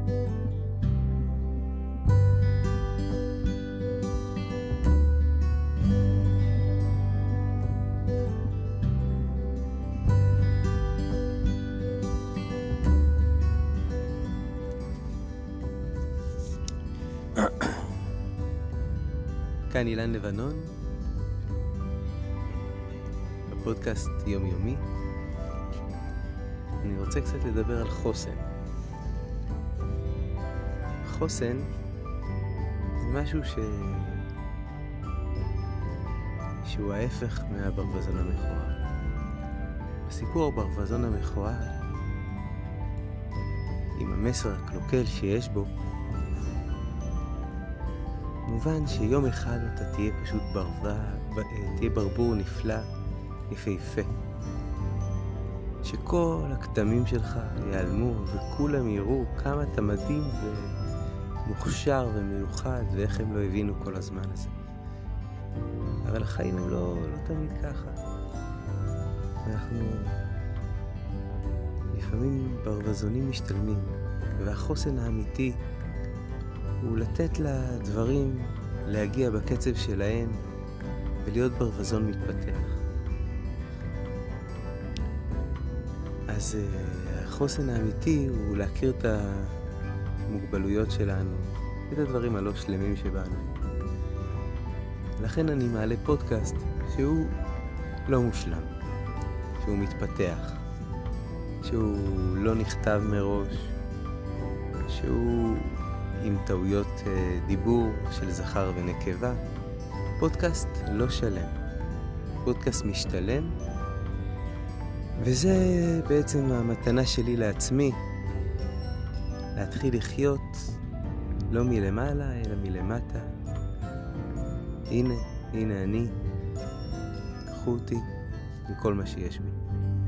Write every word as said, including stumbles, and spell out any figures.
כאן אילן לבנון, בפודקאסט יומיומי. אני רוצה קצת לדבר על חוסן. חוסן זה משהו ש... שהוא ההפך מהברווזון המכוער. בסיפור הברווזון המכוער, עם המסר הקלוקל שיש בו, מובן שיום אחד אתה תהיה פשוט ברבה, תהיה ברבור נפלא, יפהפה. שכל הכתמים שלך ייעלמו וכולם יראו כמה אתה מדהים ומוכשר ומיוחד ואיך הם לא הבינו כל הזמן הזה. אבל החיים הם לא, לא תמיד ככה. אנחנו לפעמים ברווזונים משתלמים, והחוסן האמיתי הוא לתת לדברים להגיע בקצב שלהם ולהיות ברווזון מתפתח. אז uh, החוסן האמיתי הוא להכיר את המוגבלויות שלנו, את הדברים הלא שלמים שבנו. לכן אני מעלה פודקאסט שהוא לא מושלם, שהוא מתפתח, שהוא לא נכתב מראש, שהוא עם טעויות דיבור של זכר ונקבה. פודקאסט לא שלם, פודקאסט משתלם, וזה בעצם המתנה שלי לעצמי, להתחיל לחיות לא מלמעלה אלא מלמטה. הנה, הנה אני, קחו אותי עם כל מה שיש בי.